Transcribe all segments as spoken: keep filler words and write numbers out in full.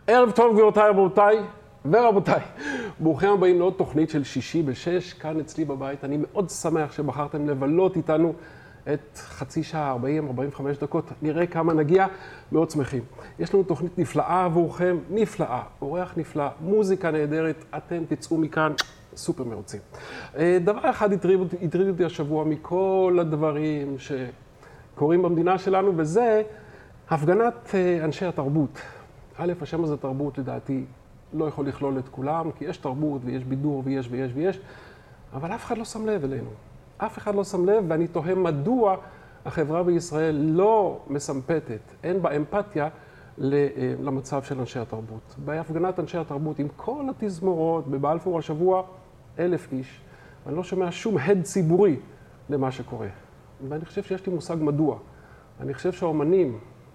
ערב טוב גבירותיי, רבותיי ורבותיי. ברוכים הבאים לעוד תוכנית של שישי בשש, כאן אצלי בבית. אני מאוד שמח שבחרתם לבלות איתנו את חצי שעה, ארבעים עד ארבעים וחמש דקות. נראה כמה נגיע, מאוד שמחים. יש לנו תוכנית נפלאה עבורכם, נפלאה, אורח נפלא, מוזיקה נהדרת, אתם תצאו מכאן סופר מרוצים. דבר אחד הטריד אותי, הטריד אותי השבוע מכל הדברים שקורים במדינה שלנו, וזה הפגנת אנשי התרבות. א', השם הזה תרבות, לדעתי, לא יכול לכלול את כולם, כי יש תרבות ויש בידור ויש ויש ויש, אבל אף אחד לא שם לב אלינו. אף אחד לא שם לב, ואני תוהה מדוע החברה בישראל לא מסמפתת, אין בה אמפתיה למצב של אנשי התרבות. בהפגנת אנשי התרבות, עם כל התזמורות, בבלפור השבוע, אלף איש, ואני לא שומע שום הד ציבורי למה שקורה. ואני חושב שיש לי מושג מדוע. אני חושב שהאומנים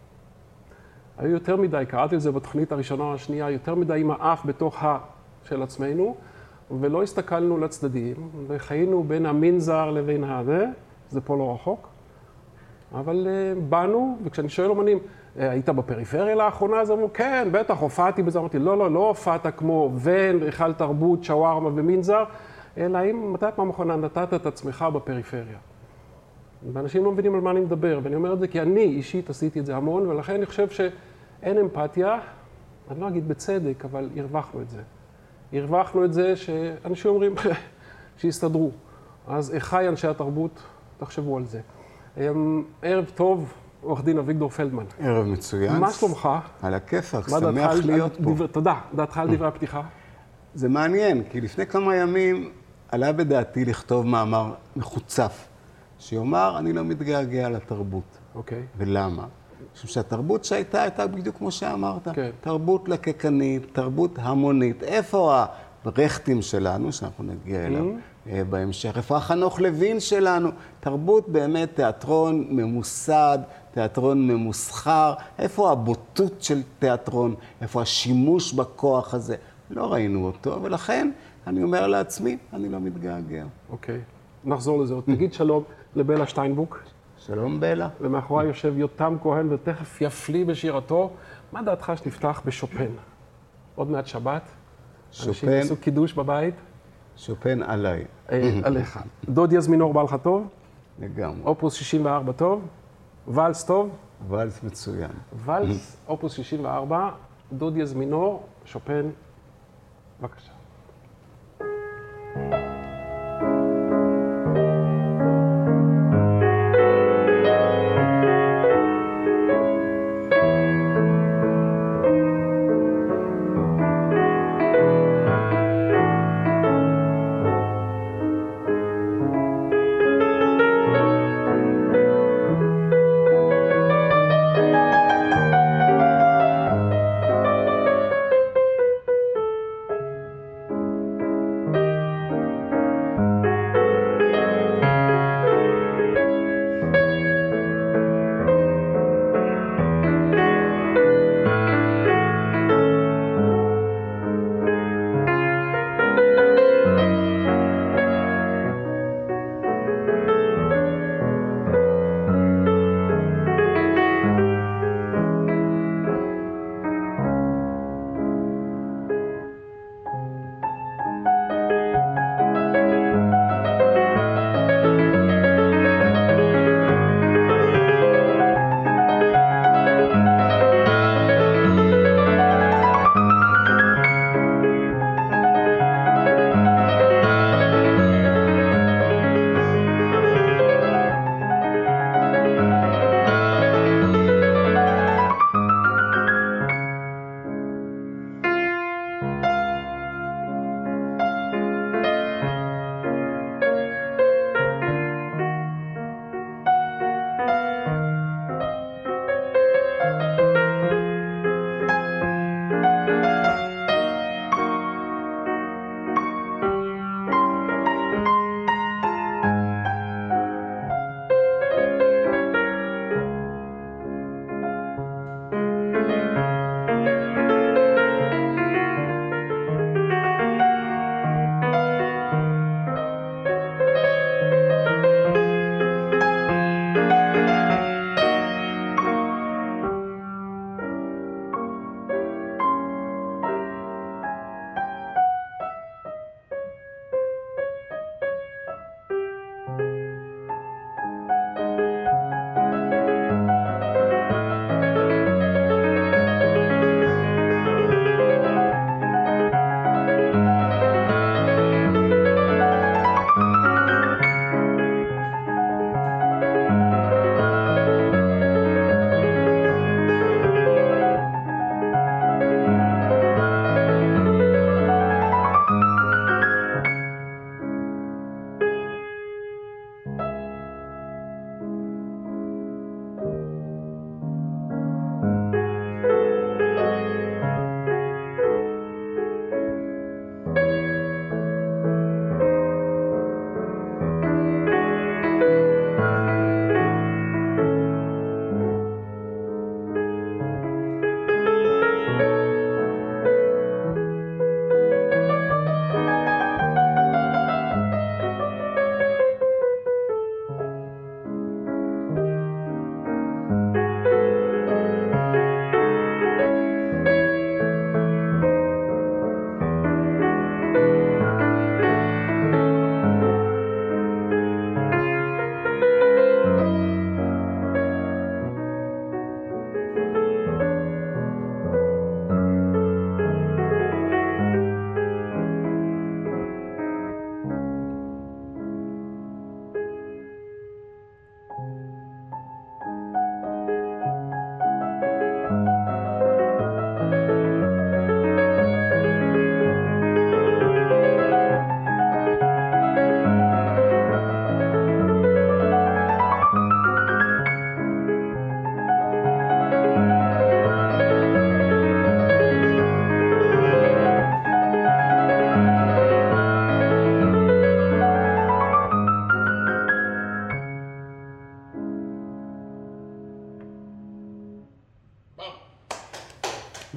היו יותר מדי, קראתי את זה בתוכנית הראשונה או השנייה, יותר מדי עם האף בתוך ה של עצמנו, ולא הסתכלנו לצדדים, וחיינו בין המנזר לבין הזה, זה פה לא רחוק. אבל uh, באנו, וכשאני שואל אומנים, היית בפריפריה לאחרונה? אז אמרו, כן, בטח, הופעתי בזה. אמרתי, לא, לא, לא הופעת כמו ון, ריכל תרבות, שווארמה ומנזר, אלא אם מתי פעם אחרונה נתת את עצמך בפריפריה. ואנשים לא מבינים על מה אני מדבר, ואני אומר את זה כי אני אישית עשיתי את זה המון, ולכן אני חושב שאין אמפתיה, אני לא אגיד בצדק, אבל הרווחנו את זה. הרווחנו את זה שאנשים אומרים שיסתדרו. אז אחי אנשי התרבות, תחשבו על זה. ערב טוב, עורך דין אביגדור פלדמן. ערב מצוין. מה שלומך? על הכיפאק, שמח להיות פה. דבר, תודה. דעתך על דברי הפתיחה? זה מעניין, כי לפני כמה ימים עלה בדעתי לכתוב מאמר מחוצף, שיאמר, אני לא מתגעגע לתרבות. אוקיי. ולמה? משום שהתרבות שהייתה, הייתה בדיוק כמו שאמרת. כן. תרבות לקקנית, תרבות המונית. איפה הרכטים שלנו, שאנחנו נגיע אליו mm-hmm. בהמשך? איפה החנוך לוין שלנו? תרבות באמת תיאטרון ממוסד, תיאטרון ממוסחר. איפה הבוטות של תיאטרון? איפה השימוש בכוח הזה? לא ראינו אותו, ולכן אני אומר לעצמי, אני לא מתגעגע. אוקיי. נחזור לזה. עוד תגיד שלום לבלה שטיינבוק. שלום בלה. ומאחורי יושב יותם כהן, ותכף יפליא בשירתו. מה דעתך שנפתח בשופן? עוד מעט שבת. שופן. אנשים עשו קידוש בבית. שופן עליי. עליך. דוד יזמינור בא לך טוב? לגמרי. אופוס שישים וארבע טוב? ואלס טוב? ואלס מצוין. ואלס, אופוס שישים וארבע, דוד יזמינור, שופן, בבקשה.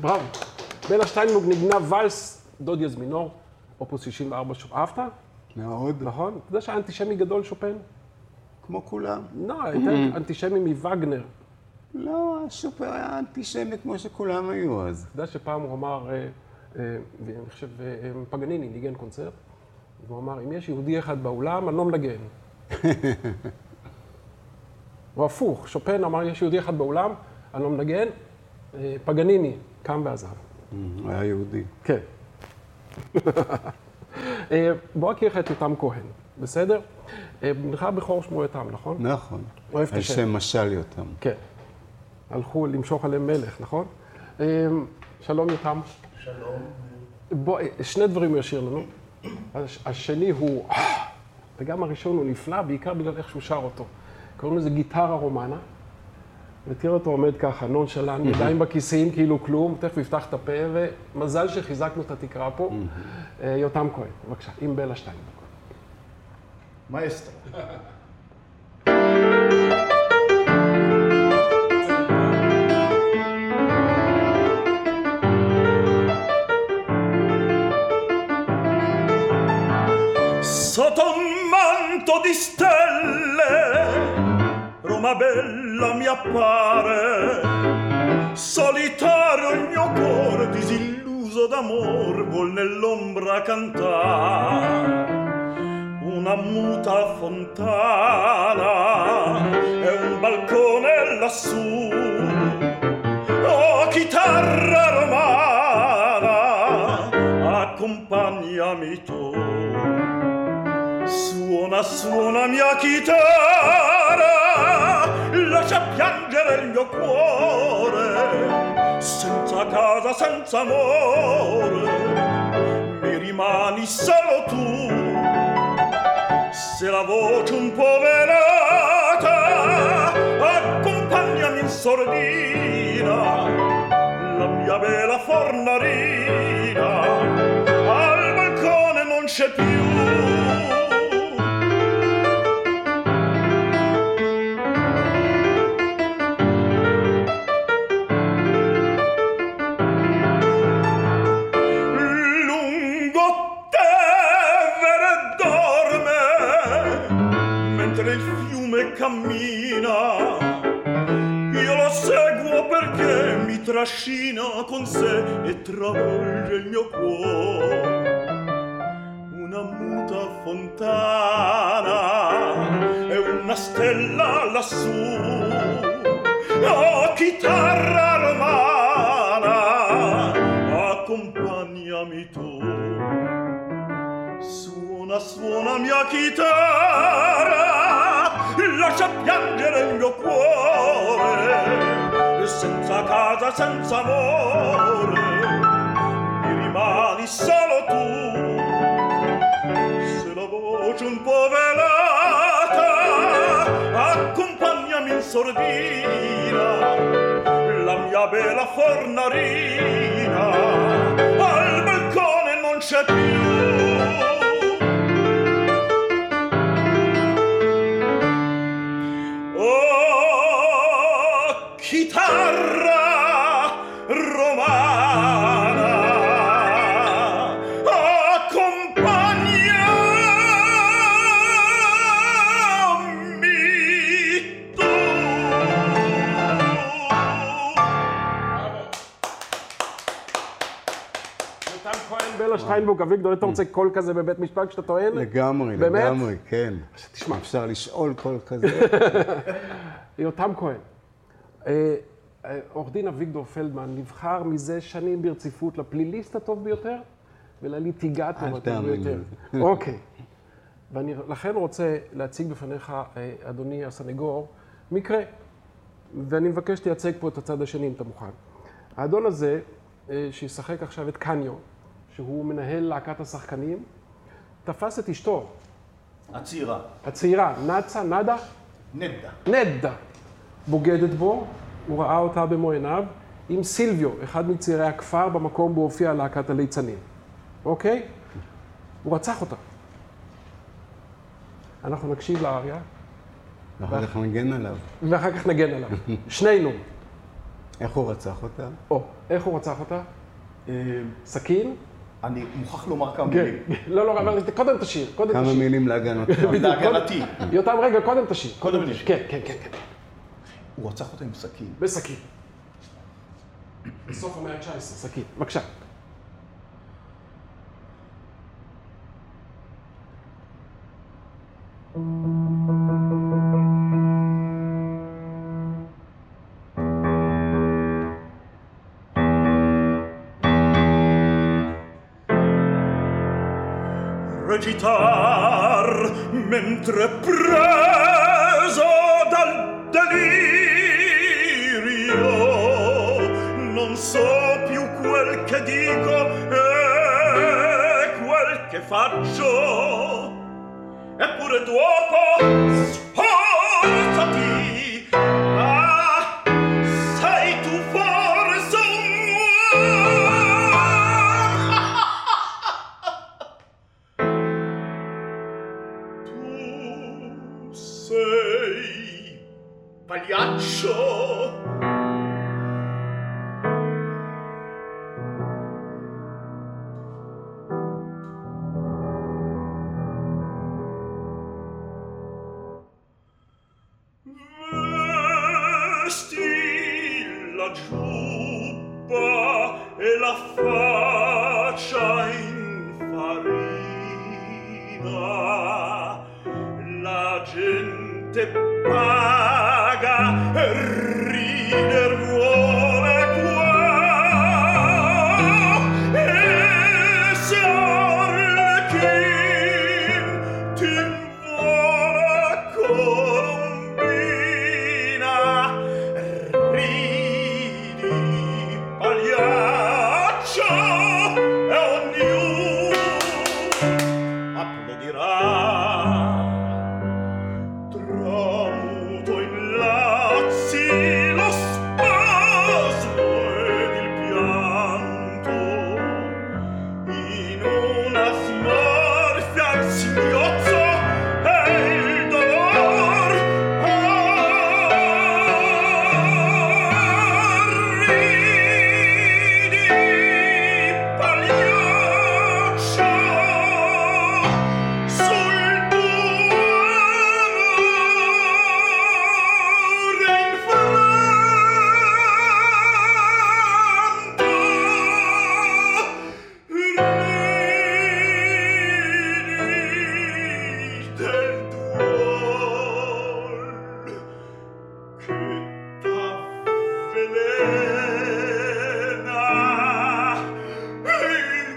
בראו. בלה שטיינברג נגנה ואלס דוד יז מינור, אופוס שישים וארבע, אהבת? מאוד. נכון? אתה יודע שהיה אנטישמי גדול שופן? כמו כולם. לא, יותר אנטישמי מווגנר. לא, שופן היה אנטישמי כמו שכולם היו אז. אתה יודע שפעם הוא אמר, אני חושב, פגניני ניגן קונצרט, והוא אמר, אם יש יהודי אחד באולם, אני לא מנגן. או הפוך, שופן אמר, יש יהודי אחד באולם, אני לא מנגן, פגניני קם ועזב. הוא היה יהודי. כן. בוא אכיר לך את יותם כהן, בסדר? בנך בכור שמו יותם, נכון? נכון. אוהב את על השם. שם משל יותם. כן. הלכו למשוך עליהם מלך, נכון? שלום יותם. שלום. בוא, שני דברים הוא ישיר לנו. השני הוא, וגם הראשון הוא נפלא, בעיקר בגלל איך שהוא שר אותו. קוראים לזה גיטרה רומנה. ותראה אותו עומד ככה, נונשלנט, ידיים בכיסים, כאילו כלום, תכף יפתח את הפה, ומזל שחיזקנו את התקרה פה. יותם כהן, בבקשה, עם בלה שטיינברג. מאסטרו. Sotto un manto di stelle, Roma bella mi appare, solitario il mio cuore disilluso d'amor vuol nell'ombra cantare. Una muta fontana e un balcone lassù, oh chitarra romana, accompagnami tu. Suona, suona mia chitarra, lascia piangere il mio cuore, senza casa, senza amore, mi rimani solo tu. Se la voce un po' velata, accompagnami in sordina, la mia bella fornarina, al balcone non c'è più. Cammina, io lo seguo perché mi trascina con sé e travolge il mio cuore. Una muta fontana e una stella lassù, oh chitarra romana, accompagnami tu. Suona, suona mia chitarra, lascia piangere il mio cuore, senza casa, senza amore, mi rimani solo tu. Se la voce un po' velata, accompagnami in sordina, la mia bella fornarina, al balcone non c'è più. Chitarra romana, accompagnami tu. יותם כהן, בלה שטיינברג, אביגדור, אתה רוצה קול כזה בבית משפט כשאתה טוען? לגמרי, באמת? לגמרי, כן. תשמע. אפשר לשאול קול כזה. יותם כהן. עורך דין אביגדור פלדמן נבחר מזה שנים ברציפות לפליליסט הטוב ביותר ולליטיגטור הטוב ביותר. אוקיי. ואני לכן רוצה להציג בפניך, אדוני הסנגור, מקרה. ואני מבקש שתייצג פה את הצד השני אם אתה מוכן. האדון הזה, שישחק עכשיו את קניו, שהוא מנהל להקת השחקנים, תפס את אשתו. הצעירה. הצעירה, נאצה, נדה? נדה. נדה. בוגדת בו, הוא ראה אותה במו עיניו, עם סילביו, אחד מצעירי הכפר, במקום בו הופיעה להקת הליצנים. אוקיי? הוא רצח אותה. אנחנו נקשיב לאריה. ואחר כך נגן עליו. ואחר כך נגן עליו. שנינו. איך הוא רצח אותה? או, איך הוא רצח אותה? סכין? אני מוכרח לומר כמה כן. מילים. לא, לא, אבל קודם תשאיר, קודם כמה תשאיר. מילים להגנתך. להגנתי. יותם, רגע, קודם תשאיר. קודם תשאיר. כן, כן, כן, כן. הוא רצח אותה עם סכין. בסכין. בסוף המאה ה-תשע עשרה, סכין. בבקשה. Recitar mentre preso dal delirio non so più quel che dico e quel che faccio eppure dopo sforzati ah sei tu forse un sei pagliaccio vesti la giubba e la faccia infarina la gente paga e rider vuole qua e se Arlechin t'invola Colombina ridi pagliaccio e ognuno applaudirà tramuto in lazzi lo spasmo ed il pianto in una smorfia il singhiozzo e il dolor ridi pagliaccio sul tuo amore infranto ridi del duol che t'avvelena il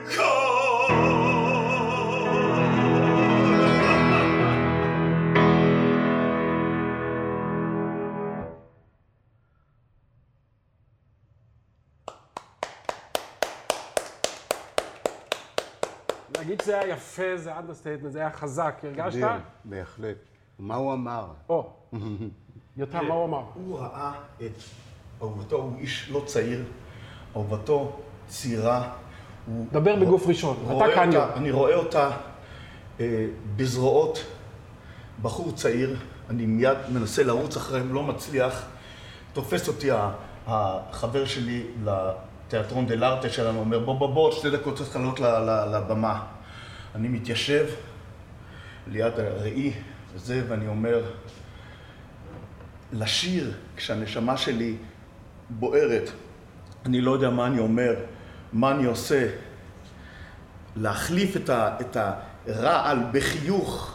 להגיד שזה היה יפה, זה אנדרסטייטמנט, זה היה חזק, הרגשת? אדיר, בהחלט. מה הוא אמר? או, יותם, מה הוא אמר? הוא ראה את אהובתו, הוא איש לא צעיר, אהובתו צעירה. הוא דבר בגוף ראשון, רואה אתה כאן אותה- יום. אני רואה אותה אה, בזרועות, בחור צעיר, אני מיד מנסה לרוץ אחריהם, לא מצליח. תופס אותי ה- החבר שלי לתיאטרון דל ארטה שלנו, אומר בוא בוא בוא, שתי דקות צריך לעלות ל- ל- לבמה. אני מתיישב ליד הראי וזה, ואני אומר, לשיר כשהנשמה שלי בוערת, אני לא יודע מה אני אומר, מה אני עושה, להחליף את, ה, את הרעל בחיוך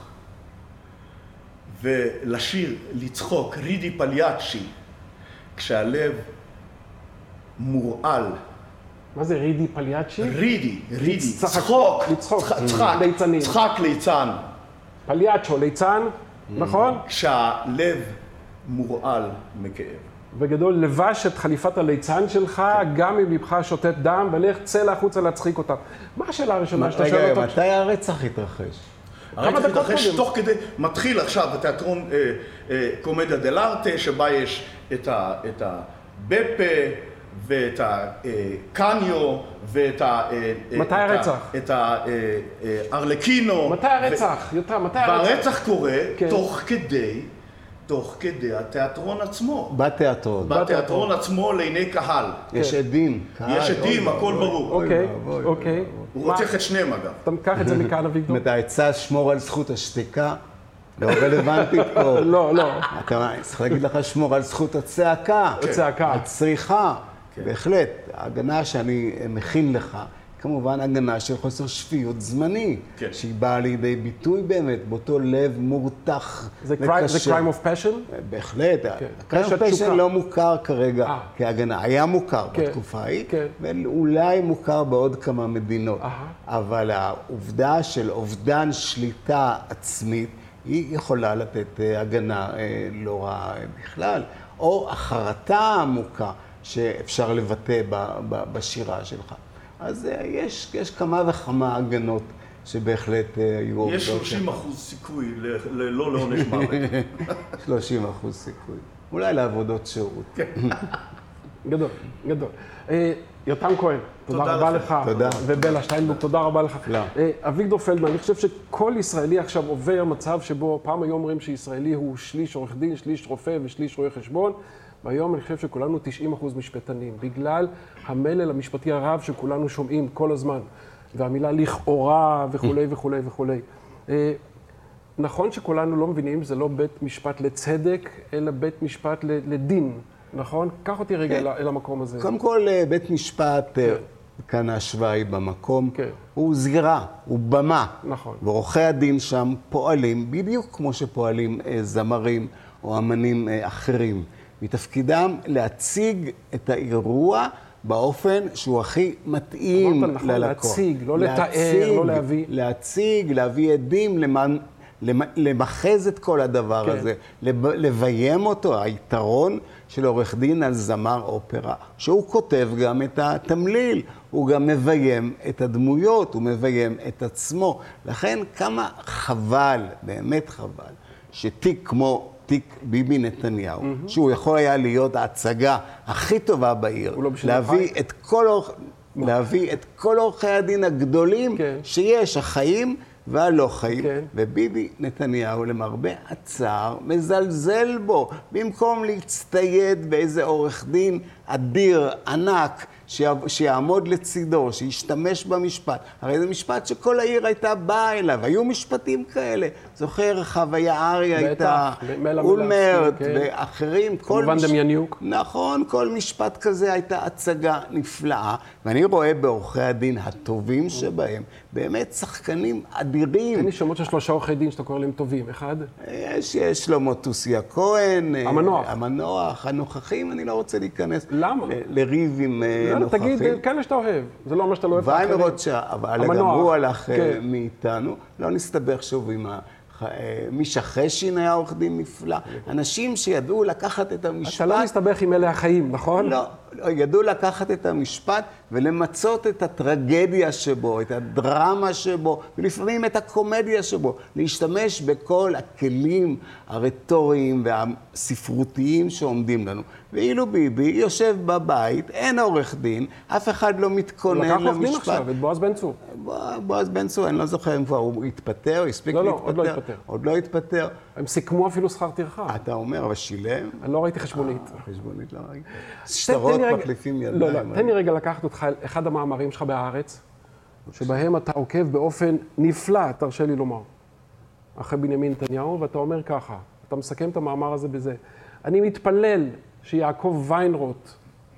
ולשיר, לצחוק, רידי פליאצ'י, כשהלב מורעל. מה זה רידי פליאצ'י? רידי, רידי, צחק- צחוק, לצחוק. צחק, צחק, ליצנים. צחק ליצן. פליאצ'ו, ליצן, נכון? כשהלב מורעל מכאב. וגדול, לבש את חליפת הליצן שלך, גם אם לבך שותת דם, ולך צא לחוצה להצחיק אותם. מה השאלה הראשונה שאתה שואל רגע, אותו? מתי הרצח התרחש? הרצח דקות מתרחש קודם. תוך כדי, מתחיל עכשיו בתיאטרון אה, אה, קומדיה דל ארטה, שבה יש את, ה, את הבפה ואת הקניו ואת ה... אה, מתי את הרצח? ה- את הארלקינו. מתי הרצח? יותם, מתי הרצח? והרצח קורה כן. תוך כדי תוך כדי התיאטרון עצמו. בתיאטרון. בתיאטרון עצמו לעיני קהל. יש עדים. יש עדים, הכל ברור. אוקיי, אוקיי. הוא רוצח את שניהם אגב. אתה מקח את זה מכאן, אביגדור? אתה העצה שמור על זכות השתיקה, לא רלוונטית פה. לא, לא. אתה צריך להגיד לך שמור על זכות הצעקה. הצעקה. הצריכה. בהחלט, ההגנה שאני מכין לך, כמובן הגנה של חוסר שפיות זמני, כן. שהיא באה לידי ביטוי באמת, באותו לב מורתח זה crime of passion? בהחלט, כן. crime of passion לא מוכר כרגע 아. כהגנה, היה מוכר כן. בתקופה ההיא, כן. ואולי מוכר בעוד כמה מדינות, אה. אבל העובדה של אובדן שליטה עצמית, היא יכולה לתת הגנה לא רעה בכלל, או החרטה העמוקה שאפשר לבטא בשירה שלך. אז יש, יש כמה וכמה הגנות שבהחלט היו עובדות. יש שלושים אחוז סיכוי לא לעונש מוות. שלושים אחוז סיכוי. אולי לעבודות שירות. גדול, גדול. יותם כהן, תודה רבה לך. תודה. ובלה שטיינבורג, תודה רבה לך. אביגדור פלדמן, אני חושב שכל ישראלי עכשיו עובר מצב שבו פעם היום אומרים שישראלי הוא שליש עורך דין, שליש רופא ושליש רואה חשבון. והיום אני חושב שכולנו תשעים אחוז משפטנים, בגלל המלל המשפטי הרב שכולנו שומעים כל הזמן, והמילה לכאורה וכולי וכולי וכולי. נכון שכולנו לא מבינים, זה לא בית משפט לצדק, אלא בית משפט לדין, נכון? קח אותי רגע אל, אל המקום הזה. קודם כל, בית משפט, כאן ההשוואה היא במקום, הוא זירה, הוא במה. נכון. ועורכי הדין שם פועלים, בדיוק כמו שפועלים זמרים או אמנים אחרים. מתפקידם להציג את האירוע באופן שהוא הכי מתאים ללקוח. נכון, להציג, לא להציג, לתאר, לא להביא. להציג, להביא עדים, למען, למחז את כל הדבר כן. הזה, לביים אותו, היתרון של עורך דין על זמר אופרה, שהוא כותב גם את התמליל, הוא גם מביים את הדמויות, הוא מביים את עצמו. לכן כמה חבל, באמת חבל, שתיק כמו תיק ביבי נתניהו, mm-hmm. שהוא יכול היה להיות ההצגה הכי טובה בעיר, לא להביא, את כל אור... להביא את כל עורכי הדין הגדולים כן. שיש, החיים והלא חיים, כן. וביבי נתניהו למרבה הצער מזלזל בו, במקום להצטייד באיזה עורך דין אדיר, ענק, שיעמוד לצידו, שישתמש במשפט. הרי זה משפט שכל העיר הייתה באה אליו, היו משפטים כאלה. זוכר, חוויה ארי הייתה, אולמרט ואחרים. כמובן דמייניוק. נכון, כל משפט כזה הייתה הצגה נפלאה, ואני רואה בעורכי הדין הטובים שבהם, באמת שחקנים אדירים. אין לי שמות של שלושה עורכי דין שאתה קורא להם טובים. אחד? יש, יש לו מוטוסיה כהן. המנוח. המנוח, הנוכחים, אני לא רוצה להיכנס. למה? לריב עם נוכחים. תגיד, כאלה שאתה אוהב. זה לא אומר שאתה לא אוהב. ויימרוט, אבל גם הוא הלך מאיתנו. לא נסתבך שוב עם ה... מישה חשין היה עורך דין נפלא. אנשים שידעו לקחת את המשפט... אתה לא מסתבך עם אלה החיים, נכון? לא, ידעו לקחת את המשפט ולמצות את הטרגדיה שבו, את הדרמה שבו, ולפעמים את הקומדיה שבו. להשתמש בכל הכלים הרטוריים והספרותיים שעומדים לנו. ואילו ביבי יושב בבית, אין עורך דין, אף אחד לא מתכונן למשפט. לקח עורך דין עכשיו, את בועז בן צור. בועז בן צור, אני לא זוכר אם כבר הוא התפטר, הוא הספיק להתפטר. לא, לא, עוד לא התפטר. עוד לא התפטר. הם סיכמו אפילו שכר טרחה. אתה אומר, אבל שילם? אני לא ראיתי חשבונית. חשבונית לא ראיתי. שטרות מחליפים ידיים. לא, לא, תן לי רגע לקחת אותך אל אחד המאמרים שלך בהארץ, שבהם אתה עוקב באופן נפלא, תרשה לי לומר, אחרי בנימין נתניהו, ואתה אומר ככה, אתה מסכם את המאמר הזה בזה. אני מתפלל שיעקב ויינרוט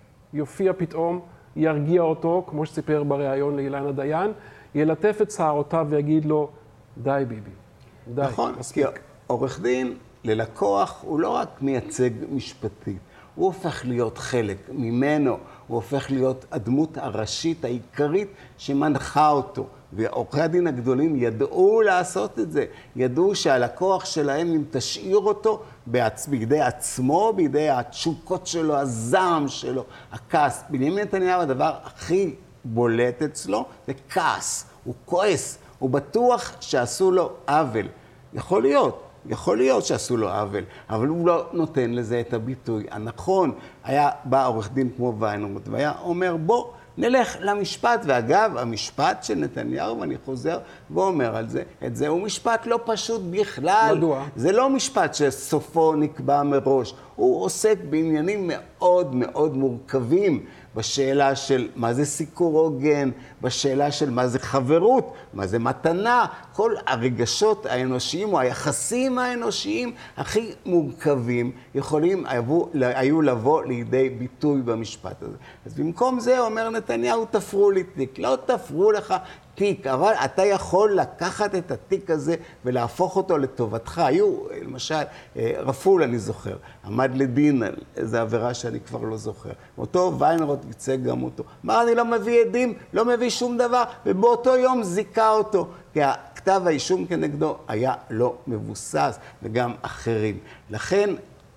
יופיע פתאום, ירגיע אותו, כמו שסיפר בריאיון לאילנה דיין, ילטף את שערותיו ויגיד לו, די ביבי, די, נכון, מספיק. כי עורך דין ללקוח הוא לא רק מייצג משפטית, הוא הופך להיות חלק ממנו, הוא הופך להיות הדמות הראשית, העיקרית, שמנחה אותו. ועורכי הדין הגדולים ידעו לעשות את זה, ידעו שהלקוח שלהם, אם תשאיר אותו בעצ... בידי עצמו, בידי התשוקות שלו, הזעם שלו, הכעס. בנימין נתניהו, הדבר הכי בולט אצלו זה כעס, הוא כועס, הוא בטוח שעשו לו עוול. יכול להיות. יכול להיות שעשו לו עוול, אבל הוא לא נותן לזה את הביטוי הנכון. היה בא עורך דין כמו ויינרוט, והיה אומר, בוא, נלך למשפט, ואגב, המשפט של נתניהו, ואני חוזר ואומר על זה, את זה הוא משפט לא פשוט בכלל. מדוע? זה לא משפט שסופו נקבע מראש, הוא עוסק בעניינים מאוד מאוד מורכבים, בשאלה של מה זה סיקור הוגן, בשאלה של מה זה חברות, מה זה מתנה, כל הרגשות האנושיים או היחסים האנושיים הכי מורכבים יכולים היו, היו לבוא לידי ביטוי במשפט הזה. אז במקום זה אומר נתניהו, תפרו לי תיק, לא תפרו לך תיק, אבל אתה יכול לקחת את התיק הזה ולהפוך אותו לטובתך. היו, למשל, רפול, אני זוכר, עמד לדין על איזו עבירה שאני כבר לא זוכר. אותו ויינרוט ייצג גם אותו. אמר, אני לא מביא עדים, לא מביא שום דבר, ובאותו יום זיקה אותו, כי הכתב האישום כנגדו היה לא מבוסס, וגם אחרים. לכן,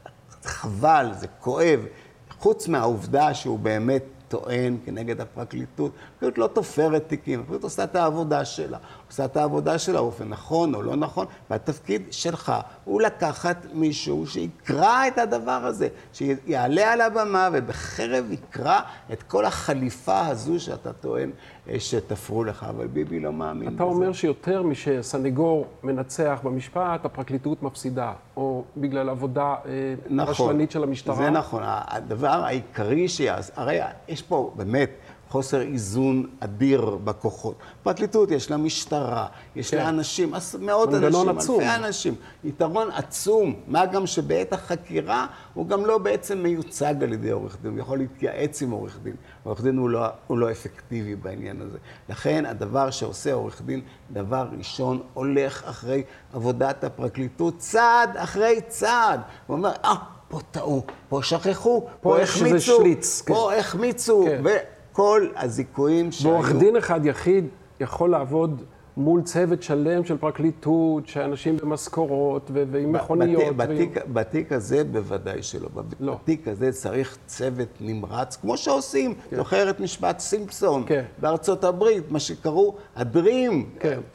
חבל, זה כואב, חוץ מהעובדה שהוא באמת טוען כנגד הפרקליטות, פשוט לא תופרת תיקים, פשוט עושה את העבודה שלה. עושה את העבודה שלה באופן נכון או לא נכון, והתפקיד שלך הוא לקחת מישהו שיקרא את הדבר הזה, שיעלה על הבמה ובחרב יקרא את כל החליפה הזו שאתה טוען שתפרו לך, אבל ביבי לא מאמין בזה. אתה אומר שיותר משסנגור מנצח במשפט, הפרקליטות מפסידה, או בגלל עבודה רשלנית של המשטרה? זה נכון. הדבר העיקרי שיעש, הרי יש פה באמת חוסר איזון אדיר בכוחות. פרקליטות יש לה משטרה, יש לה אנשים, מאות אנשים, אלפי אנשים. יתרון עצום, מה גם שבעת החקירה הוא גם לא בעצם מיוצג על ידי עורך דין, הוא יכול להתייעץ עם עורך דין. עורך דין הוא לא, הוא לא אפקטיבי בעניין הזה. לכן הדבר שעושה עורך דין, דבר ראשון, הולך אחרי עבודת הפרקליטות, צעד אחרי צעד. הוא אומר, אה, פה טעו, פה שכחו, פה החמיצו, פה החמיצו, וכל הזיכויים שהיו... ועורך דין אחד יחיד יכול לעבוד מול צוות שלם של פרקליטות, שאנשים במשכורות ועם מכוניות. בתיק הזה בוודאי שלא. בתיק הזה צריך צוות נמרץ, כמו שעושים. זוכר את משפט סימפסון בארצות הברית, מה שקראו הדרים,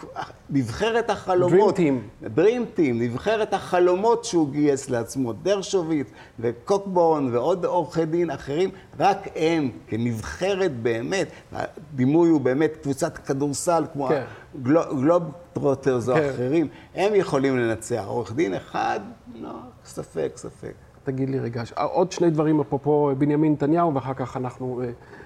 נבחרת החלומות. Dream Team. Dream Team, נבחרת החלומות שהוא גייס לעצמו, דרשוביץ וקוקבורן ועוד עורכי דין אחרים, רק הם כנבחרת באמת, הדימוי הוא באמת קבוצת כדורסל כמו גלוב טרוטרס או אחרים, הם יכולים לנצח. עורך דין אחד, לא, ספק, ספק. תגיד לי רגע, עוד שני דברים אפרופו בנימין נתניהו, ואחר כך אנחנו...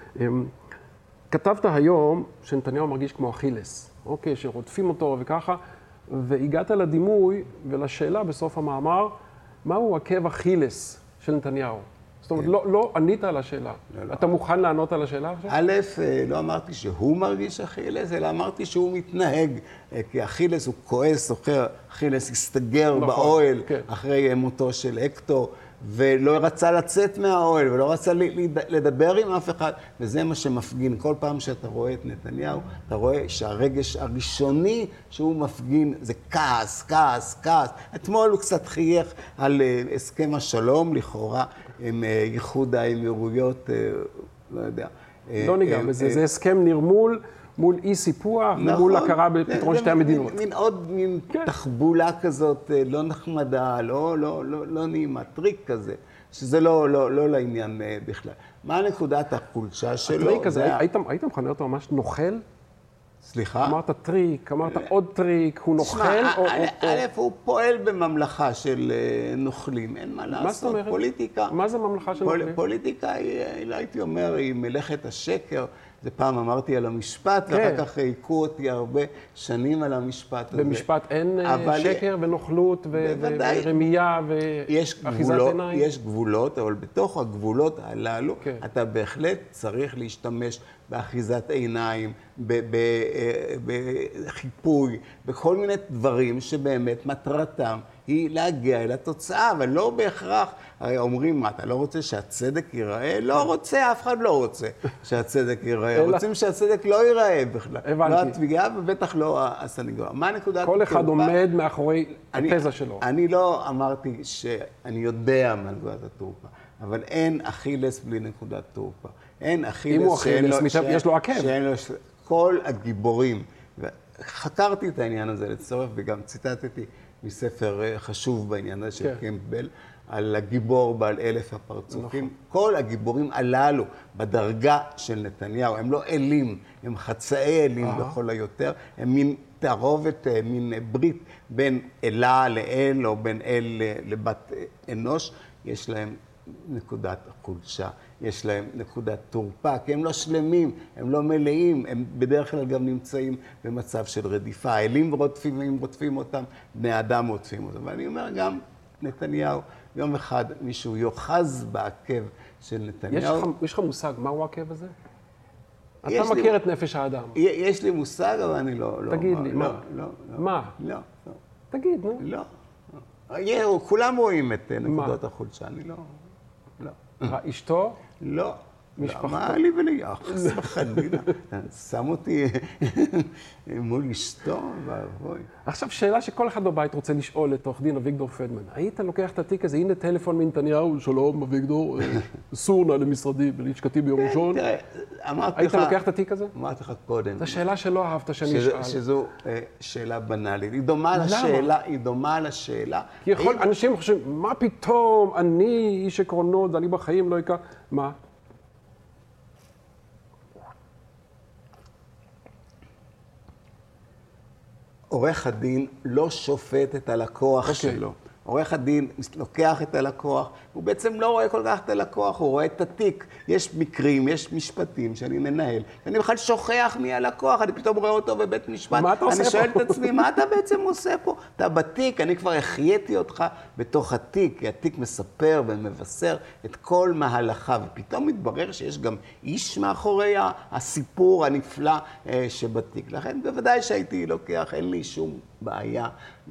כתבת היום שנתניהו מרגיש כמו אכילס, אוקיי, שרודפים אותו וככה, והגעת לדימוי ולשאלה בסוף המאמר, מהו עקב אכילס של נתניהו? זאת אומרת, לא, לא ענית על השאלה. אתה מוכן לענות על השאלה עכשיו? א', לא אמרתי שהוא מרגיש אכילס, אלא אמרתי שהוא מתנהג, כי אכילס הוא כועס, זוכר, אכילס הסתגר באוהל אחרי מותו של הקטור, ולא רצה לצאת מהאוהל, ולא רצה לדבר עם אף אחד, וזה מה שמפגין. כל פעם שאתה רואה את נתניהו, אתה רואה שהרגש הראשוני שהוא מפגין זה כעס, כעס, כעס. אתמול הוא קצת חייך על הסכם השלום, לכאורה, עם ייחוד האמירויות, לא יודע. לא ניגע בזה, זה הסכם נרמול מול אי סיפוח, ומול הכרה בפתרון שתי המדינות. מין עוד מין תחבולה כזאת, לא נחמדה, לא נעימה, טריק כזה, שזה לא לעניין בכלל. מה נקודת החולשה שלו? הטריק הזה, היית מכנה אותו ממש נוכל? סליחה? אמרת טריק, אמרת עוד טריק, הוא נוכל? א', הוא פועל בממלכה של נוכלים, אין מה לעשות. מה זאת אומרת? פוליטיקה. מה זה ממלכה של נוכלים? פוליטיקה, הייתי אומר, היא מלאכת השקר. זה פעם אמרתי על המשפט, ואחר כך העיקו אותי הרבה שנים על המשפט הזה. במשפט אין שקר ונוכלות ורמייה ואחיזת עיניים? יש גבולות, אבל בתוך הגבולות הללו, אתה בהחלט צריך להשתמש באחיזת עיניים, בחיפוי, בכל מיני דברים שבאמת מטרתם היא להגיע אל התוצאה, אבל לא בהכרח, הרי אומרים, מה, אתה לא רוצה שהצדק ייראה? לא רוצה, אף אחד לא רוצה שהצדק ייראה. רוצים שהצדק לא ייראה בכלל. הבנתי. לא התביעה ובטח לא הסנגוריה. מה נקודת... כל אחד עומד מאחורי התזה שלו. אני לא אמרתי שאני יודע מה נקודת התורפה, אבל אין אכילס בלי נקודת תורפה. אין אכילס... אם הוא אכילס, יש לו עקב. כל הגיבורים, חקרתי את העניין הזה לצורך וגם ציטטתי מספר חשוב בעניין הזה של קמפבל, על הגיבור בעל אלף הפרצופים. כל הגיבורים הללו בדרגה של נתניהו, הם לא אלים, הם חצאי אלים בכל היותר, הם מין תערובת, מין ברית בין אלה לאל או בין אל לבת אנוש. יש להם נקודת חולשה, יש להם נקודת תורפה, כי הם לא שלמים, הם לא מלאים, הם בדרך כלל גם נמצאים במצב של רדיפה. האלים רודפים, אם רודפים אותם, בני אדם רודפים אותם. ואני אומר גם, נתניהו, יום אחד מישהו יוחז בעקב של נתניהו. יש לך, יש לך מושג, מהו העקב הזה? אתה יש מכיר לי, את נפש האדם. יש לי מושג, אבל אני לא... לא תגיד לא, לי, לא, מה? לא, לא, מה? לא, לא. תגיד, נו. לא. לא. כולם רואים את נקודות החולשה, אני לא... לא. אשתו? לא. משפחתו? מה לי וליחס, בחלילה. שם אותי מול אשתו, ואבוי. עכשיו, שאלה שכל אחד בבית רוצה לשאול את עורך דין אביגדור פלדמן. היית לוקח את התיק הזה, הנה טלפון מנתניהו, שלום אביגדור, סור נא למשרדי בלשכתי ביום ראשון. תראה, אמרתי לך... היית לוקח את התיק הזה? אמרתי לך קודם. זו שאלה שלא אהבת שאני אשאל. שזו שאלה בנאלית. היא דומה לשאלה, היא דומה לשאלה. כי יכול, אנשים חושבים, מה פתאום, אני איש עקרונות, אני בחיים לא אקע... מה? עורך הדין לא שופט את הלקוח okay. שלו. עורך הדין לוקח את הלקוח, הוא בעצם לא רואה כל כך את הלקוח, הוא רואה את התיק. יש מקרים, יש משפטים שאני מנהל, ואני בכלל שוכח מי הלקוח, אני פתאום רואה אותו בבית משפט. מה אתה עושה אני פה? שואל את עצמי, מה אתה בעצם עושה פה? אתה בתיק, אני כבר החייתי אותך בתוך התיק, כי התיק מספר ומבשר את כל מהלכיו, ופתאום מתברר שיש גם איש מאחורי הסיפור הנפלא שבתיק. לכן בוודאי שהייתי לוקח, אין לי שום בעיה.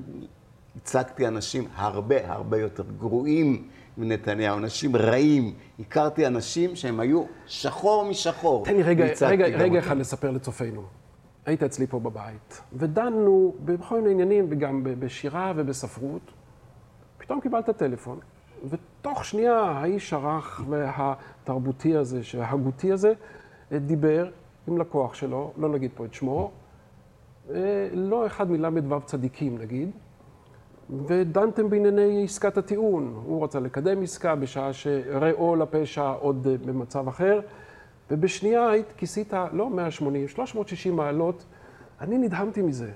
הצגתי אנשים הרבה הרבה יותר גרועים מנתניהו, אנשים רעים. הכרתי אנשים שהם היו שחור משחור. תן לי רגע, רגע, רגע אחד לספר לצופינו. היית אצלי פה בבית, ודנו בכל מיני עניינים, וגם בשירה ובספרות. פתאום קיבלת טלפון, ותוך שנייה האיש הרך והתרבותי הזה, שההגותי הזה, דיבר עם לקוח שלו, לא נגיד פה את שמו, לא אחד מלמד וו צדיקים נגיד, ודנתם בענייני עסקת הטיעון. הוא רצה לקדם עסקה בשעה שראו לפשע עוד במצב אחר, ובשנייה היית כיסית לא מאה ושמונים, שלוש מאות ושישים מעלות. אני נדהמתי מזה.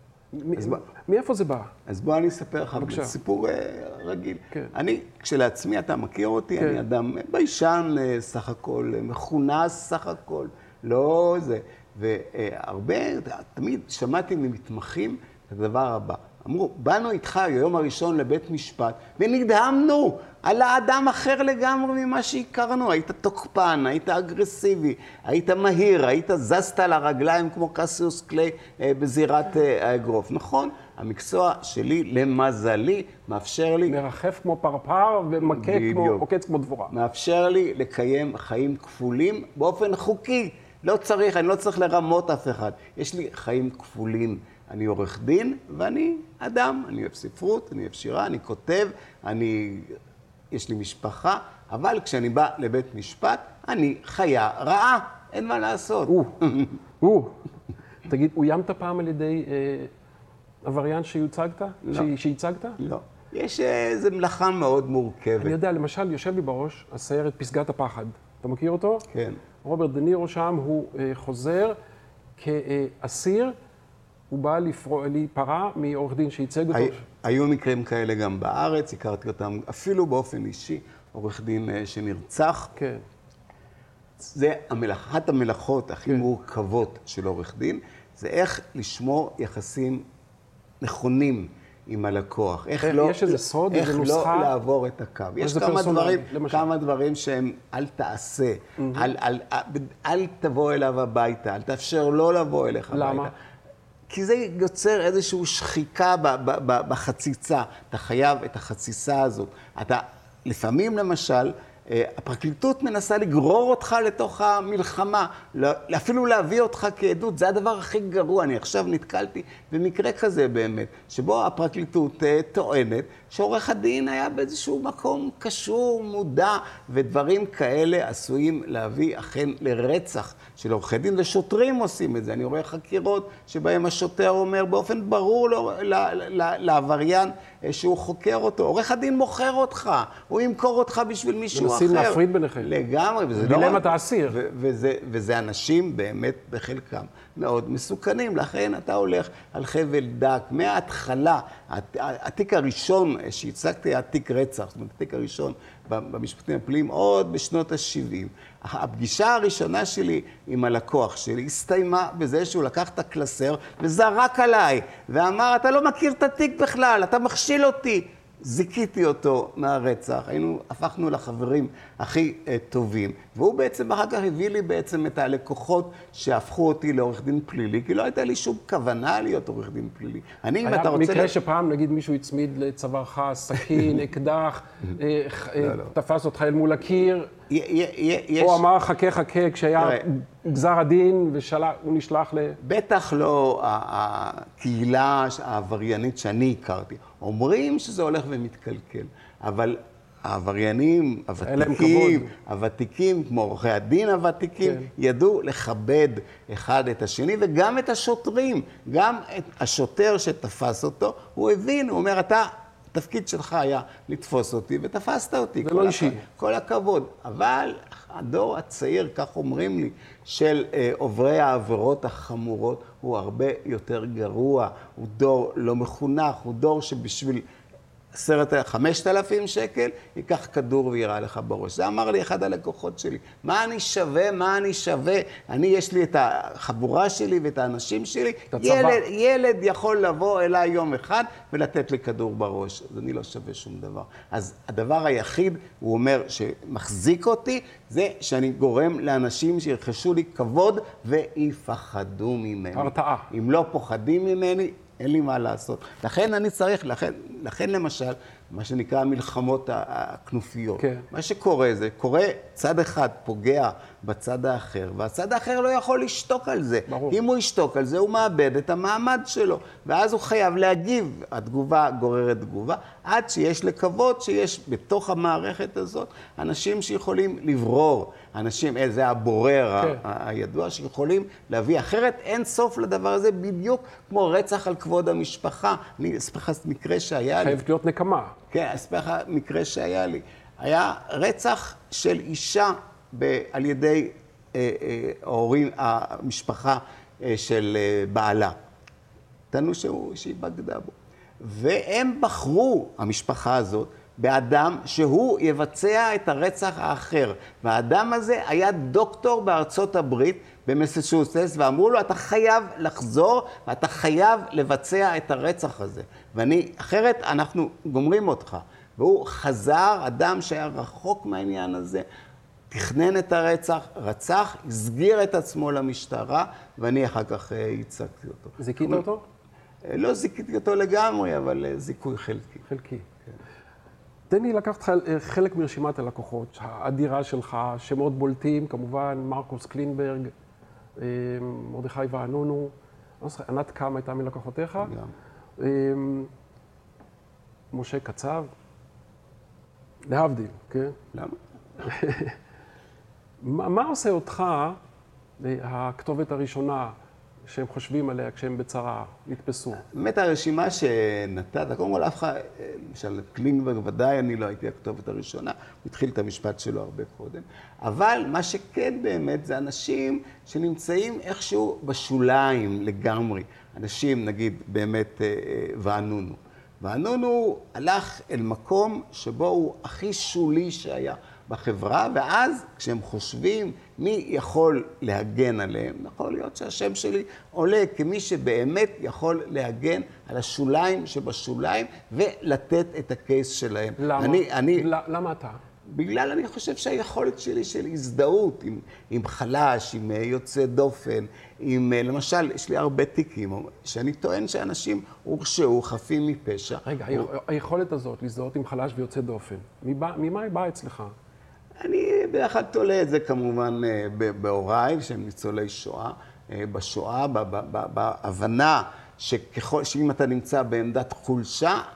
מאיפה זה בא? אז בוא אני אספר לך, סיפור רגיל. אני, כשלעצמי, אתה מכיר אותי, אני אדם ביישן סך הכל, מכונס סך הכל, לא זה. והרבה, תמיד שמעתי ממתמחים את הדבר הבא. אמרו, באנו איתך היום הראשון לבית משפט, ונדהמנו על האדם אחר לגמרי ממה שהכרנו. היית תוקפן, היית אגרסיבי, היית מהיר, היית זזת על הרגליים כמו קסיוס קליי בזירת האגרוף. נכון, המקצוע שלי, למזלי, מאפשר לי... מרחף כמו פרפר ומכה כמו, עוקץ כמו דבורה. מאפשר לי לקיים חיים כפולים באופן חוקי. לא צריך, אני לא צריך לרמות אף אחד. יש לי חיים כפולים. אני עורך דין ואני אדם, אני אוהב ספרות, אני אוהב שירה, אני כותב, אני... יש לי משפחה, אבל כשאני בא לבית משפט, אני חיה רעה, אין מה לעשות. או, או. תגיד, אוימת פעם על ידי אה, עבריין שיוצגת? לא. ש... שהצגת? לא. יש איזו מלאכה מאוד מורכבת. אני יודע, למשל, יושב לי בראש הסיירת פסגת הפחד. אתה מכיר אותו? כן. רוברט דה נירו שם, הוא אה, חוזר כאסיר, הוא בא להיפרע מעורך דין שייצג אותו. היו מקרים כאלה גם בארץ, הכרתי אותם אפילו באופן אישי, עורך דין שנרצח. כן. זה אחת המלאכות הכי מורכבות של עורך דין, זה איך לשמור יחסים נכונים עם הלקוח. איך לא, יש איזה סוד, איזה נוסחה? איך לא לעבור את הקו. יש כמה דברים, כמה דברים שהם אל תעשה, אל, אל, אל, אל תבוא אליו הביתה, אל תאפשר לא לבוא אליך הביתה. למה? כי זה יוצר איזושהי שחיקה בחציצה. אתה חייב את החציצה הזאת. אתה, לפעמים למשל, הפרקליטות מנסה לגרור אותך לתוך המלחמה, אפילו להביא אותך כעדות. זה הדבר הכי גרוע. אני עכשיו נתקלתי במקרה כזה באמת, שבו הפרקליטות טוענת שעורך הדין היה באיזשהו מקום קשור, מודע, ודברים כאלה עשויים להביא אכן לרצח של עורכי דין, ושוטרים עושים את זה. אני רואה חקירות שבהם השוטר אומר באופן ברור לעבריין שהוא חוקר אותו. עורך הדין מוכר אותך, הוא ימכור אותך בשביל מישהו אחר. מנסים להפריד ביניכם. לגמרי, וזה לא... דילמת האסיר. וזה, וזה אנשים באמת בחלקם מאוד מסוכנים. לכן אתה הולך על חבל דק מההתחלה. התיק הראשון שהצגתי היה תיק רצח, זאת אומרת, התיק הראשון במשפטים הפליליים עוד בשנות ה-שבעים. הפגישה הראשונה שלי עם הלקוח שלי הסתיימה בזה שהוא לקח את הקלסר וזרק עליי ואמר, אתה לא מכיר את התיק בכלל, אתה מכשיל אותי. זיקיתי אותו מהרצח, היינו, הפכנו לחברים הכי uh, טובים, והוא בעצם אחר כך הביא לי בעצם את הלקוחות שהפכו אותי לעורך דין פלילי, כי לא הייתה לי שום כוונה להיות עורך דין פלילי. אני, אם אתה רוצה... היה מקרה שפעם, נגיד, מישהו הצמיד לצווארך, סכין, אקדח, תפס אותך אל מול הקיר, או אמר חכה חכה כשהיה גזר הדין והוא נשלח ל... בטח לא הקהילה העבריינית שאני הכרתי. אומרים שזה הולך ומתקלקל, אבל העבריינים, הוותיקים, הוותיקים, כמו עורכי הדין הוותיקים, כן. ידעו לכבד אחד את השני, וגם את השוטרים, גם את השוטר שתפס אותו, הוא הבין, הוא אומר, אתה, התפקיד שלך היה לתפוס אותי, ותפסת אותי. זה לא אישי. כל הכבוד. אבל הדור הצעיר, כך אומרים לי, של אה, עוברי העבירות החמורות, הוא הרבה יותר גרוע, הוא דור לא מחונך, הוא דור שבשביל עשרת, חמשת אלפים שקל, ייקח כדור ויראה לך בראש. זה אמר לי אחד הלקוחות שלי, מה אני שווה, מה אני שווה? אני, יש לי את החבורה שלי ואת האנשים שלי, ילד, ילד יכול לבוא אליי יום אחד ולתת לי כדור בראש, אז אני לא שווה שום דבר. אז הדבר היחיד, הוא אומר, שמחזיק אותי, זה שאני גורם לאנשים שירכשו לי כבוד ויפחדו ממני. הרתעה. אם לא פוחדים ממני, אין לי מה לעשות. לכן אני צריך, לכן, לכן למשל, מה שנקרא המלחמות הכנופיות. כן. מה שקורה זה, קורה צד אחד פוגע בצד האחר, והצד האחר לא יכול לשתוק על זה. ברור. אם הוא ישתוק על זה, הוא מאבד את המעמד שלו, ואז הוא חייב להגיב. התגובה גוררת תגובה, עד שיש לקוות שיש בתוך המערכת הזאת אנשים שיכולים לברור, אנשים, זה הבורר כן. הידוע, שיכולים להביא. אחרת אין סוף לדבר הזה, בדיוק כמו רצח על כבוד המשפחה. אני אספר לך מקרה שהיה לי. חייבת להיות נקמה. כן, אספר לך מקרה שהיה לי. היה רצח של אישה ב, על ידי אה, אה, ההורים, המשפחה אה, של אה, בעלה. טענו שהוא, שהיא בגדה בו. והם בחרו, המשפחה הזאת, באדם שהוא יבצע את הרצח האחר. והאדם הזה היה דוקטור בארצות הברית, במסצ'וסטס, ואמרו לו, אתה חייב לחזור, ואתה חייב לבצע את הרצח הזה. ואני, אחרת אנחנו גומרים אותך. והוא חזר, אדם שהיה רחוק מהעניין הזה, תכנן את הרצח, רצח, הסגיר את עצמו למשטרה, ואני אחר כך ייצגתי אותו. זיקית אותו? לא זיקיתי אותו לגמרי, אבל זיכוי חלקי. חלקי. תן לי לקחת חלק מרשימת הלקוחות, האדירה שלך, שמות בולטים, כמובן, מרקוס קלינברג, מרדכי ואנונו, ענת קם הייתה מלקוחותיך, גם. משה קצב, להבדיל, כן? למה? מה, מה עושה אותך, הכתובת הראשונה, שהם חושבים עליה כשהם בצרה, נתפסו? באמת הרשימה שנתת, קודם כל אף אחד, למשל קלינברג ודאי אני לא הייתי הכתובת הראשונה, הוא התחיל את המשפט שלו הרבה קודם, אבל מה שכן באמת זה אנשים שנמצאים איכשהו בשוליים לגמרי, אנשים נגיד באמת ואנונו. ואנונו הלך אל מקום שבו הוא הכי שולי שהיה בחברה, ואז כשהם חושבים מי יכול להגן עליהם, יכול להיות שהשם שלי עולה כמי שבאמת יכול להגן על השוליים שבשוליים ולתת את הקייס שלהם. למה? אני, אני, למה אתה? בגלל אני חושב שהיכולת שלי של הזדהות עם, עם חלש, עם יוצא דופן, עם, למשל, יש לי הרבה תיקים, שאני טוען שאנשים הורשעו חפים מפשע. רגע, הוא... היכולת הזאת להזדהות עם חלש ויוצא דופן, ממה, ממה היא באה אצלך? אני באחד תולה את זה כמובן בהוריי, שהם ניצולי שואה, בשואה, בהבנה שככל, שאם אתה נמצא בעמדת חולשה,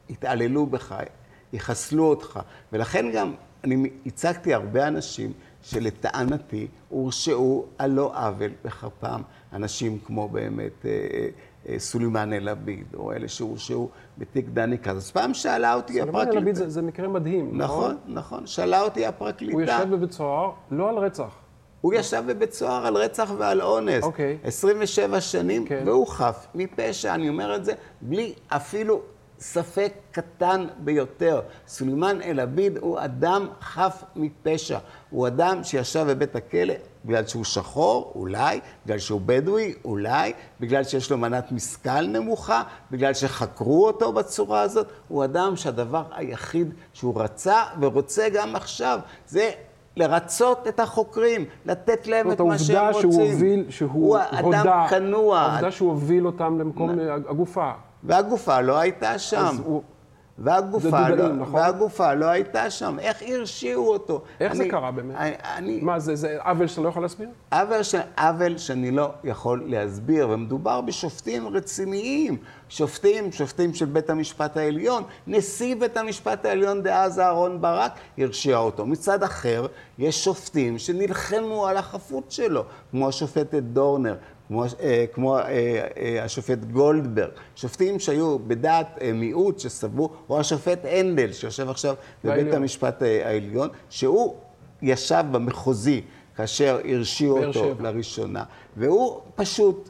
יתעללו בך, יחסלו אותך. ולכן גם אני הצגתי הרבה אנשים שלטענתי הורשעו על לא עוול בכפם. אנשים כמו באמת סולימאן אל-עביד, או אלה שהורשעו בתיק דני קז. אז פעם שאלה אותי הפרקליטה. סולימאן אל-עביד זה, זה מקרה מדהים, נכון? נכון, נכון. שאלה אותי הפרקליטה. הוא ישב בבית סוהר, לא על רצח. הוא ישב בבית סוהר על רצח ועל אונס. אוקיי. עשרים ושבע שנים, כן. והוא חף מפשע. אני אומר את זה בלי אפילו ספק קטן ביותר. סולימאן אל-עביד הוא אדם חף מפשע. הוא אדם שישב בבית הכלא בגלל שהוא שחור, אולי, בגלל שהוא בדואי, אולי, בגלל שיש לו מנת משכל נמוכה, בגלל שחקרו אותו בצורה הזאת. הוא אדם שהדבר היחיד שהוא רצה ורוצה גם עכשיו, זה לרצות את החוקרים, לתת להם את מה שהם רוצים. שהוא הוביל, שהוא הוא אדם כנוע. העובדה שהוא הוביל אותם למקום הגופה. והגופה לא הייתה שם. הוא... והגופה, דודאים, לא, נכון? והגופה לא הייתה שם. איך הרשיעו אותו? איך אני, זה קרה באמת? אני, אני, מה, זה, זה עוול שאתה לא יכול להסביר? עוול, ש, עוול שאני לא יכול להסביר, ומדובר בשופטים רציניים. שופטים, שופטים של בית המשפט העליון. נשיא בית המשפט העליון דאז אהרן ברק הרשיע אותו. מצד אחר, יש שופטים שנלחמו על החפות שלו, כמו השופטת דורנר. כמו, אה, כמו אה, אה, השופט גולדברג, שופטים שהיו בדעת אה, מיעוט שסברו, או השופט הנדל שיושב עכשיו בבית המשפט אה, העליון, שהוא ישב במחוזי כאשר הרשיעו אותו שבע. לראשונה, והוא פשוט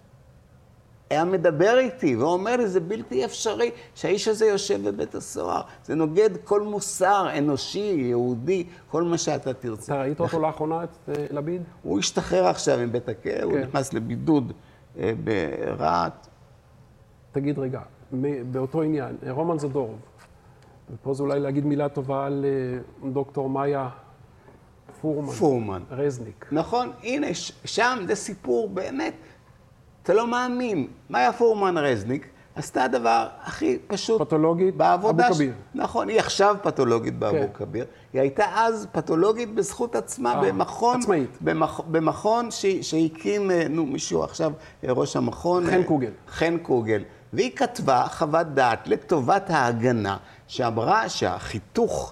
היה מדבר איתי ואומר לי, זה בלתי אפשרי שהאיש הזה יושב בבית הסוהר. זה נוגד כל מוסר אנושי, יהודי, כל מה שאתה תרצה. אתה ראית אותו לאחרונה את אל-עביד? הוא השתחרר עכשיו עם בית הכלא, הוא נכנס לבידוד ברהט. תגיד רגע, באותו עניין, רומן זדורוב, ופה זה אולי להגיד מילה טובה על דוקטור מאיה פורמן. פורמן. רזניק. נכון, הנה, שם זה סיפור באמת, אתה לא מאמין. מאיה פורמן רזניק עשתה הדבר הכי פשוט. פתולוגית באבו כביר. נכון, היא עכשיו פתולוגית באבו כן. כביר. היא הייתה אז פתולוגית בזכות עצמה אה, במכון. עצמאית. במכ, במכון ש, שהקים, נו, מישהו עכשיו, ראש המכון. חן קוגל. חן קוגל. והיא כתבה חוות דעת לטובת ההגנה, שאמרה שהחיתוך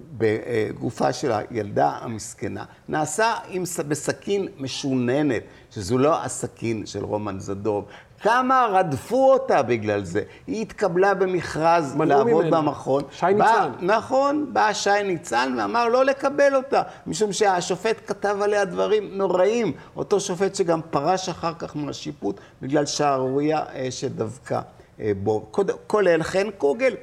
בגופה של הילדה המסכנה נעשה עם, בסכין משוננת, שזו לא הסכין של רומן זדורוב. כמה רדפו אותה בגלל זה. היא התקבלה במכרז לעבוד ממנה. במכון. שי ניצן. נכון, בא שי ניצן ואמר לא לקבל אותה, משום שהשופט כתב עליה דברים נוראים. אותו שופט שגם פרש אחר כך מהשיפוט בגלל שערוריה שדווקא בו. כולל חן קוגל,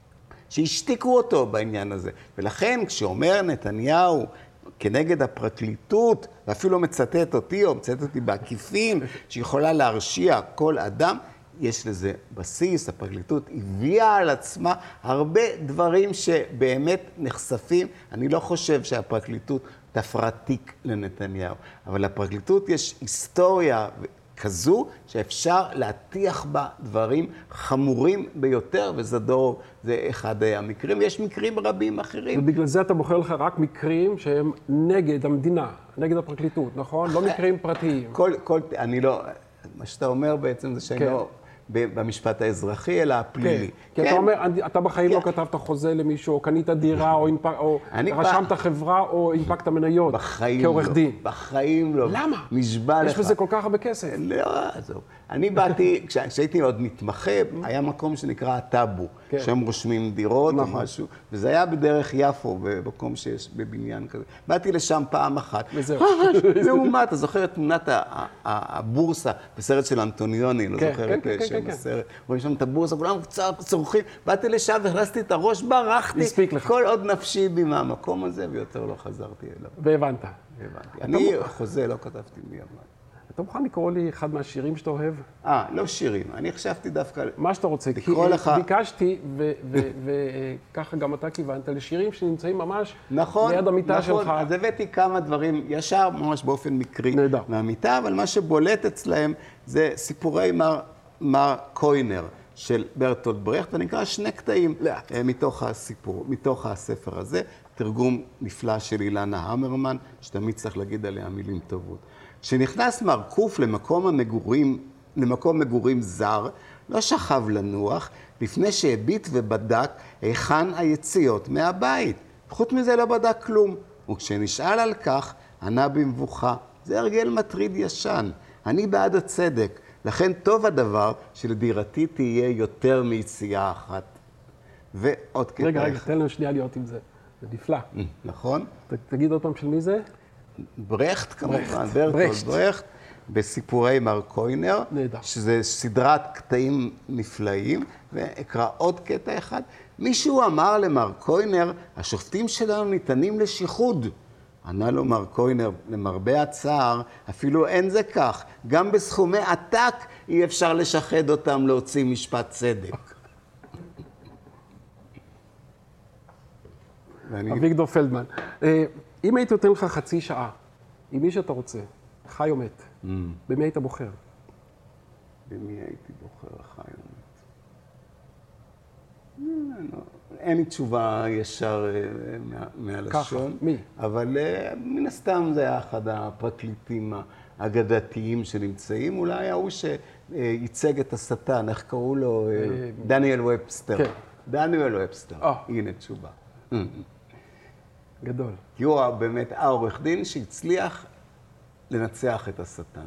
שהשתיקו אותו בעניין הזה. ולכן כשאומר נתניהו כנגד הפרקליטות, ואפילו מצטט אותי או מצטט אותי בעקיפין, שיכולה להרשיע כל אדם, יש לזה בסיס. הפרקליטות הביאה על עצמה הרבה דברים שבאמת נחשפים. אני לא חושב שהפרקליטות תפרה תיק לנתניהו, אבל לפרקליטות יש היסטוריה כזו שאפשר להטיח בה דברים חמורים ביותר, וזדורוב זה אחד המקרים. יש מקרים רבים אחרים. ובגלל זה אתה בוחר לך רק מקרים שהם נגד המדינה, נגד הפרקליטות, נכון? לא מקרים פרטיים. כל, כל, אני לא, מה שאתה אומר בעצם זה שאני כן. לא במשפט האזרחי, אלא הפלילי. כן, כי אתה אומר, אתה בחיים לא כתבת חוזה למישהו, או קנית דירה, או רשמת חברה, או הנפקת מניות, כעורך דין. בחיים לא. למה? נשבע לך. יש בזה כל כך הרבה כסף. לא, עזוב. אני באתי, כשהייתי עוד מתמחה, היה מקום שנקרא הטאבו, שהם רושמים דירות או משהו, וזה היה בדרך יפו, במקום שיש בבניין כזה. באתי לשם פעם אחת. וזהו. לעומת, אתה זוכר את תמונת הבורסה, בסרט של אנטוניוני, לא זוכר את שם הסרט. רואים שם את הבורסה, כולם קצת צורכים. באתי לשם והכנסתי את הראש, ברחתי. הספיק לך. כל עוד נפשי בי מהמקום הזה, ויותר לא חזרתי אליו. והבנת. הבנתי. אני חוזה, לא כתבתי מי אמר. אתה מוכן לקרוא לי אחד מהשירים שאתה אוהב? אה, לא שירים. אני חשבתי דווקא... מה שאתה רוצה. כי ביקשתי, וככה גם אתה כיוונת, לשירים שנמצאים ממש ליד המיטה שלך. נכון, אז הבאתי כמה דברים ישר, ממש באופן מקרי מהמיטה, אבל מה שבולט אצלהם זה סיפורי מר קוינר של ברטולד ברכט, ונקרא שני קטעים מתוך הסיפור, מתוך הספר הזה. תרגום נפלא של אילנה המרמן, שתמיד צריך להגיד עליה מילים טובות. כשנכנס מר קוף למקום המגורים, למקום מגורים זר, לא שכב לנוח, לפני שהביט ובדק היכן היציאות מהבית. חוץ מזה לא בדק כלום. וכשנשאל על כך, ענה במבוכה, זה הרגל מטריד ישן. אני בעד הצדק, לכן טוב הדבר שלדירתי תהיה יותר מיציאה אחת. ועוד קטע. רגע, רגע, תן לנו שנייה להיות עם זה. זה נפלא. נכון? ת, תגיד עוד פעם של מי זה? ברכט כמובן, ברכט. ברטולד ברכט. ברכט, בסיפורי מר קוינר, נהדר. שזה סדרת קטעים נפלאים, ואקרא עוד קטע אחד. מישהו אמר למר קוינר, השופטים שלנו ניתנים לשיחוד. ענה לו מר קוינר, למרבה הצער, אפילו אין זה כך. גם בסכומי עתק אי אפשר לשחד אותם להוציא משפט צדק. ואני... אביגדור פלדמן. אה, אם הייתי נותן לך חצי שעה, עם מי שאתה רוצה, חי או מת, Mm. במי היית בוחר? במי הייתי בוחר חי או מת? אין לי תשובה ישר אה, מה- מהלשון. מי? אבל אה, מן הסתם זה היה אחד הפרקליטים האגדתיים שנמצאים. אולי ההוא שייצג את השטן, איך קראו לו? אה, דניאל ובסטר. כן. דניאל ובסטר. אה. הנה תשובה. גדול. כי הוא באמת העורך דין שהצליח לנצח את השטן.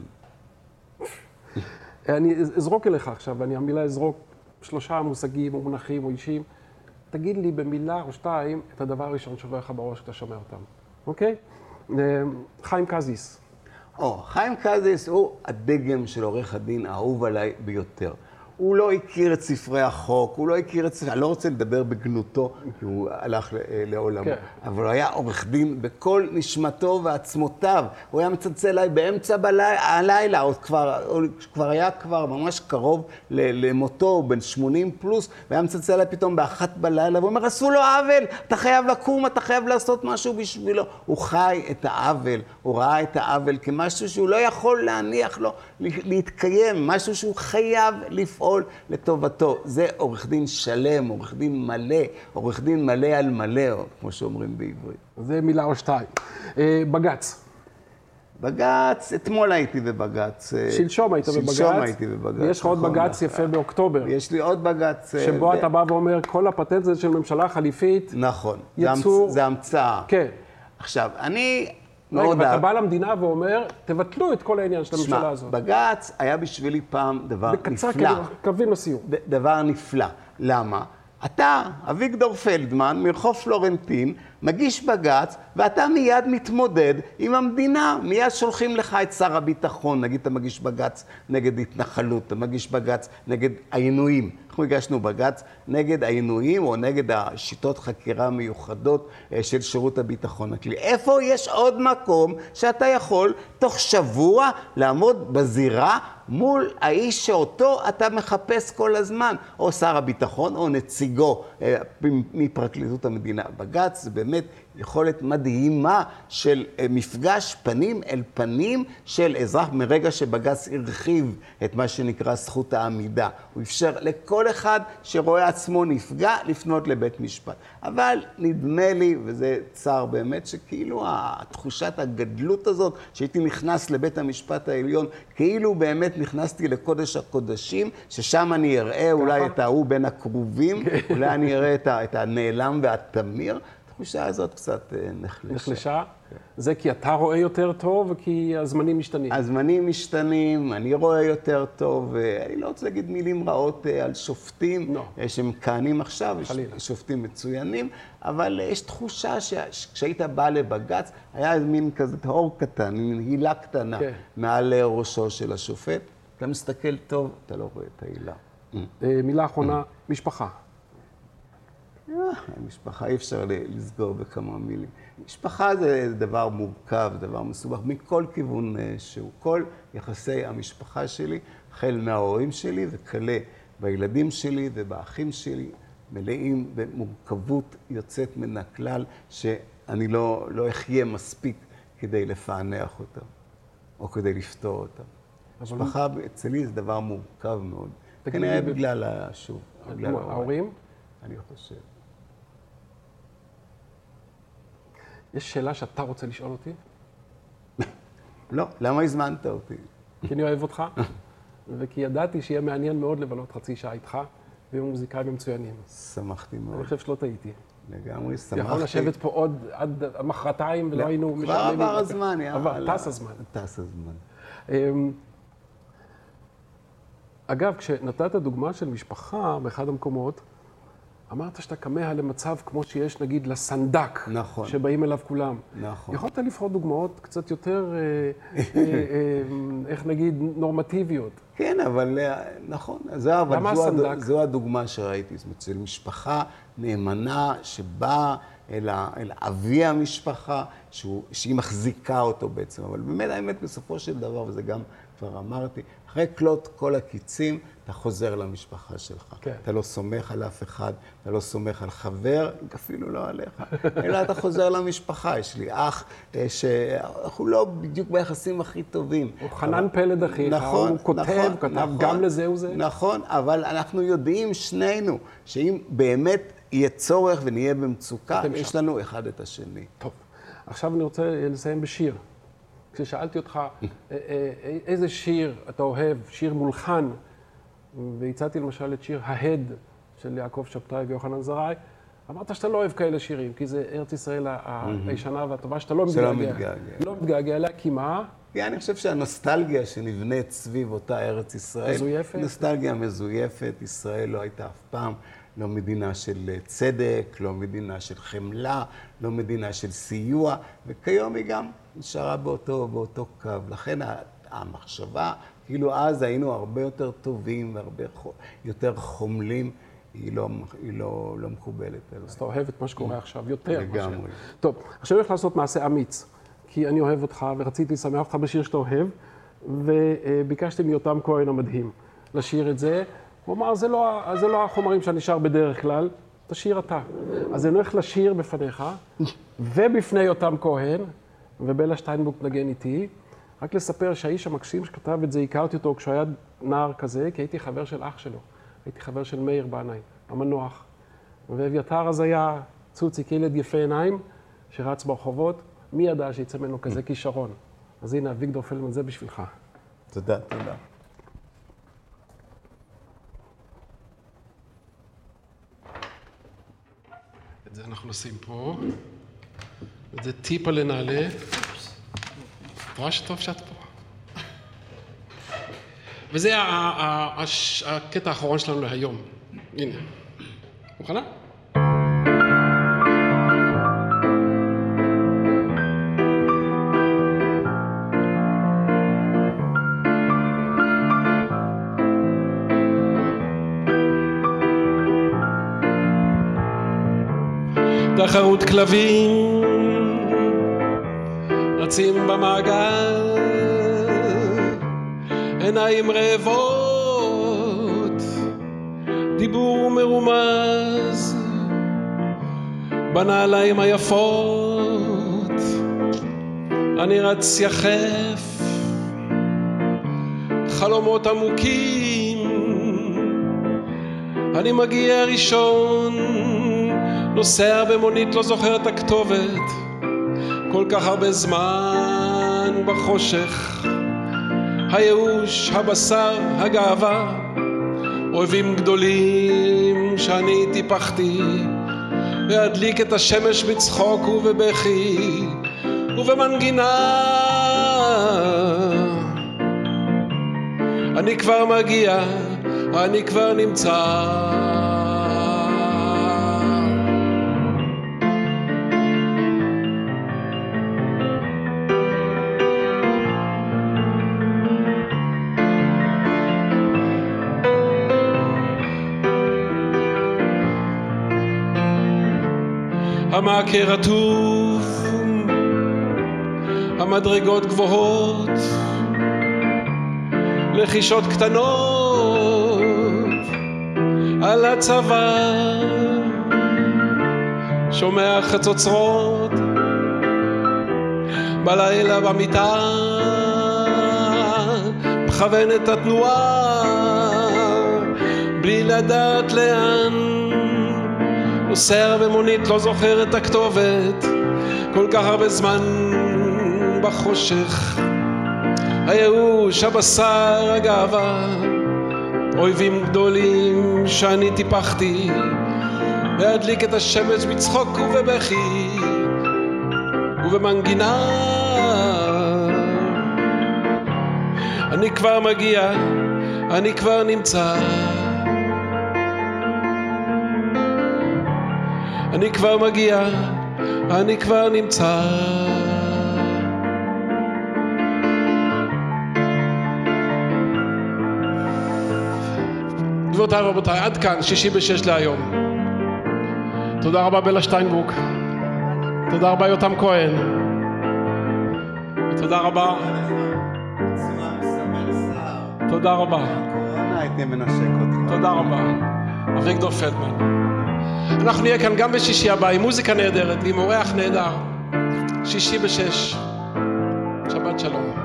אני אזרוק אליך עכשיו, ואני המילה אזרוק שלושה מושגים או מונחים או אישים. תגיד לי במילה או שתיים את הדבר הראשון שעובר לך בראש כשאתה שומע אותם, אוקיי? אה, חיים קזיס. או, חיים קזיס הוא הדגם של עורך הדין האהוב עליי ביותר. הוא לא הכיר את ספרי החוק, הוא לא הכיר את ספרי... אני לא רוצה לדבר בגנותו, כי הוא הלך ל- לעולמו. כן. אבל הוא היה עורך דין בכל נשמתו ועצמותיו. הוא היה מצלצל אליי באמצע בלי- הלילה, עוד כבר, הוא כבר היה כבר ממש קרוב ל- למותו, בן שמונים פלוס, והיה מצלצל אליי פתאום באחת בלילה, והוא אומר, עשו לו עוול, אתה חייב לקום, אתה חייב לעשות משהו בשבילו. הוא חי את העוול, הוא ראה את העוול כמשהו שהוא לא יכול להניח לו להתקיים, משהו שהוא חייב לפעול לטובתו. זה עורך דין שלם, עורך דין מלא, עורך דין מלא על מלא, או כמו שאומרים בעברית. זה מילה או שתיים. אה, בג"ץ. בג"ץ, אתמול הייתי בבג"ץ. אה, שלשום היית בבג"ץ. שלשום הייתי בבג"ץ. ויש לך עוד נכון. בג"ץ יפה באוקטובר. יש לי עוד בג"ץ. אה, שבו ו- אתה בא ואומר, כל הפטנט הזה של ממשלה חליפית. נכון. זה יצור- המצ- זה המצאה. כן. עכשיו, אני רגע, מאוד... ואתה אהב- בא למדינה ואומר, תבטלו את כל העניין של הממשלה שמע, הזאת. בג"ץ היה בשבילי פעם דבר בקצר, נפלא. כי קווים לסיום. ד- דבר נפלא. למה? אתה, אביגדור פלדמן, מרחוב פלורנטין, מגיש בג"ץ, ואתה מיד מתמודד עם המדינה. מיד שולחים לך את שר הביטחון. נגיד, אתה מגיש בג"ץ נגד התנחלות, אתה מגיש בג"ץ נגד העינויים. אנחנו הגשנו בג"ץ נגד העינויים, או נגד השיטות חקירה מיוחדות אה, של שירות הביטחון הכללי. איפה יש עוד מקום שאתה יכול, תוך שבוע, לעמוד בזירה מול האיש שאותו אתה מחפש כל הזמן, או שר הביטחון, או נציגו אה, מפרקליטות המדינה. בג"ץ זה באמת יכולת מדהימה של אה, מפגש פנים אל פנים של אזרח, מרגע שבג"ץ הרחיב את מה שנקרא זכות העמידה. הוא אפשר לכל אחד שרואה עצמו נפגע לפנות לבית משפט. אבל נדמה לי, וזה צער באמת, שכאילו התחושת הגדלות הזאת, שהייתי נכנס לבית המשפט העליון, כאילו באמת נכנסתי לקודש הקודשים, ששם אני אראה אולי את ההוא בין הקרובים, אולי אני אראה את ה- את הנעלם והתמיר. התחושה הזאת קצת אה, נחלשה. נחלשה. זה כי אתה רואה יותר טוב וכי הזמנים משתנים. הזמנים משתנים, אני רואה יותר טוב, אני לא רוצה להגיד מילים רעות אה, על שופטים לא. אה, שמכהנים עכשיו, יש חלילה. שופטים מצוינים, אבל אה, יש תחושה שכשהיית בא לבג"ץ, היה איזה מין כזה אור קטן, מין הילה קטנה כן. מעל אה, ראשו של השופט. אתה מסתכל טוב, אתה לא רואה את ההילה. אה, מילה אחרונה, משפחה. אה, משפחה אי אפשר ל- לסגור בכמה מילים. משפחה זה דבר מורכב, דבר מסובך, מכל כיוון אה, שהוא. כל יחסי המשפחה שלי, החל מההורים שלי וכלה בילדים שלי ובאחים שלי, מלאים במורכבות יוצאת מן הכלל, שאני לא, לא אחיה מספיק כדי לפענח אותם, או כדי לפתור אותם. משפחה אצלי זה דבר מורכב מאוד. תגיד כנראה לי, בגלל, ה- שוב, בגלל ההורים? אני חושב. יש שאלה שאתה רוצה לשאול אותי? לא, למה הזמנת אותי? כי אני אוהב אותך, וכי ידעתי שיהיה מעניין מאוד לבלות חצי שעה איתך. והיו מוזיקאים מצוינים. שמחתי מאוד. אני חושב שלא טעיתי. לגמרי, שמחתי. יכול לשבת פה עוד עד מחרתיים ולא היינו משלמים. כבר עבר הזמן, עבר, טס הזמן. טס הזמן. אגב, כשנתת דוגמה של משפחה באחד המקומות, אמרת שאתה כמה למצב כמו שיש, נגיד, לסנדק. נכון. שבאים אליו כולם. נכון. יכולת לבחור דוגמאות קצת יותר, איך נגיד, נורמטיביות. כן, אבל נכון. זו, למה הסנדק? זו הדוגמה שראיתי. זאת אומרת, של משפחה נאמנה שבאה אל, אל אבי המשפחה, שהוא, שהיא מחזיקה אותו בעצם. אבל באמת, האמת, בסופו של דבר, וזה גם כבר אמרתי, אחרי כלות כל הקיצים, אתה חוזר למשפחה שלך. כן. אתה לא סומך על אף אחד, אתה לא סומך על חבר, אפילו לא עליך, אלא אתה חוזר למשפחה. יש לי אח שאנחנו לא בדיוק ביחסים הכי טובים. הוא חנן פלד אחיך, נכון, הוא כותב, נכון, כתב נכון, גם לזה וזה. נכון, אבל אנחנו יודעים שנינו, שאם באמת יהיה צורך ונהיה במצוקה, יש שם. לנו אחד את השני. טוב, עכשיו אני רוצה לסיים בשיר. כששאלתי אותך איזה שיר אתה אוהב, שיר מולחן, והצעתי למשל את שיר ההד של יעקב שבתאי ויוחנן זרעי, אמרת שאתה לא אוהב כאלה שירים, כי זה ארץ ישראל הישנה והטובה שאתה לא מתגעגע. לא מתגעגע אליה, כי מה? אני חושב שהנוסטלגיה שנבנית סביב אותה ארץ ישראל, מזויפת? נוסטלגיה מזויפת, ישראל לא הייתה אף פעם. לא מדינה של צדק, לא מדינה של חמלה, לא מדינה של סיוע, וכיום היא גם נשארה באותו, באותו קו. לכן המחשבה, כאילו אז היינו הרבה יותר טובים והרבה יותר חומלים, היא לא, היא לא, לא מקובלת. אז אתה אוהב את מה שקורה עכשיו, יותר. לגמרי. טוב, עכשיו אני הולך לעשות מעשה אמיץ, כי אני אוהב אותך ורציתי לשמח אותך בשיר שאתה אוהב, וביקשתי מיותם כהן המדהים לשיר את זה. הוא אמר, זה לא, זה לא החומרים שאני שר בדרך כלל, תשיר אתה. אז אני הולך לשיר בפניך, ובפני יותם כהן, ובלה שטיינבוק נגן איתי, רק לספר שהאיש המקסים שכתב את זה, הכרתי אותו כשהוא היה נער כזה, כי הייתי חבר של אח שלו. הייתי חבר של מאיר בנאי, המנוח. ואביתר אז היה צוציק, ילד יפה עיניים, שרץ ברחובות, מי ידע שיצא ממנו כזה כישרון. אז הנה, אביגדור פלדמן, זה בשבילך. תודה, תודה. את זה אנחנו נשים פה. את זה טיפה לנעלה. רואה שטוב שאת פה. וזה הקטע האחרון שלנו להיום. הנה. מוכנה? תחרות כלבים רצים במעגל, עיניים רעבות, דיבור מרומז, בנעליים היפות אני רץ יחף, חלומות עמוקים, אני מגיע ראשון, נוסע במונית, לא זוכר את הכתובת, כל כך הרבה זמן בחושך, הייאוש, הבשר, הגאווה, אוהבים גדולים שאני טיפחתי, והדליק את השמש בצחוק ובבכי ובמנגינה. אני כבר מגיע, אני כבר נמצא, המעקה רטוב, המדרגות גבוהות, לחישות קטנות על הצבא, שומע חצוצרות בלילה במיטה, מכוון את התנועה בלי לדעת לאן, נוסע במונית, לא זוכר את הכתובת, כל כך הרבה זמן בחושך, הייאוש, הבשר, הגאווה, אויבים גדולים שאני טיפחתי, להדליק את השמש בצחוק ובבכי ובמנגינה. אני כבר מגיע, אני כבר נמצא, אני כבר מגיע, אני כבר נמצא. גבירותיי ורבותיי, עד כאן שישי בשש להיום. תודה רבה בלה שטיינבוק, תודה רבה יותם כהן, ותודה רבה, תודה רבה, הייתי מנשק אותך. תודה רבה, אביגדור פלדמן. אנחנו נהיה כאן גם בשישי הבא עם מוזיקה נהדרת ועם אורח נהדר. שישי בשש. שבת שלום.